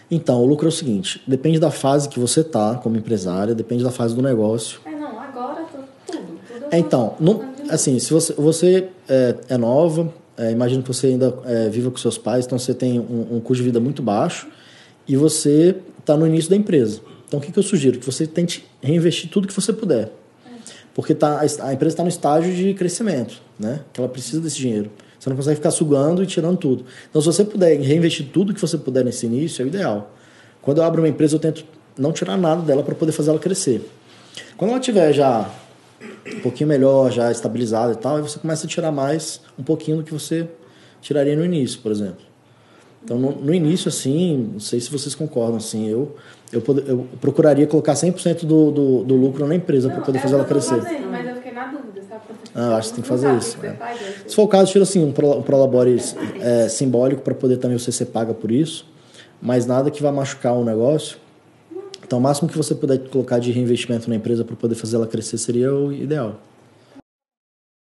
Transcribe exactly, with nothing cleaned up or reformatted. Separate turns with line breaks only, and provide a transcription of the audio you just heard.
Então, o lucro é o seguinte, depende da fase que você tá como empresária, depende da fase do negócio.
É, não, agora tudo, tudo. tudo eu
É, então,
tô
não,
falando de
assim, se você, você é, é nova, é, imagino que você ainda é, viva com seus pais, então você tem um, um custo de vida muito baixo e você está no início da empresa. Então, o que, que eu sugiro? Que você tente reinvestir tudo que você puder. Porque tá, a empresa está no estágio de crescimento, né? Que ela precisa desse dinheiro. Você não consegue ficar sugando e tirando tudo. Então, se você puder reinvestir tudo que você puder nesse início, é o ideal. Quando eu abro uma empresa, eu tento não tirar nada dela para poder fazer ela crescer. Quando ela tiver já um pouquinho melhor, já estabilizada e tal, aí você começa a tirar mais um pouquinho do que você tiraria no início, por exemplo. Então, no, no início, assim, não sei se vocês concordam, assim, eu, eu, pod- eu procuraria colocar cem por cento do, do, do lucro na empresa para poder
é
fazer
o
ela
que eu tô
crescer.
fazendo, mas eu fiquei na dúvida, sabe?
Ah, eu acho que tem que
Não
fazer
sabe
isso.
o que
É.
você faz, aí você-
Se for o caso, tira assim, um pro- um prolabore é, simbólico para poder também você ser paga por isso, mas nada que vá machucar o negócio. Então, o máximo que você puder colocar de reinvestimento na empresa para poder fazer ela crescer seria o ideal.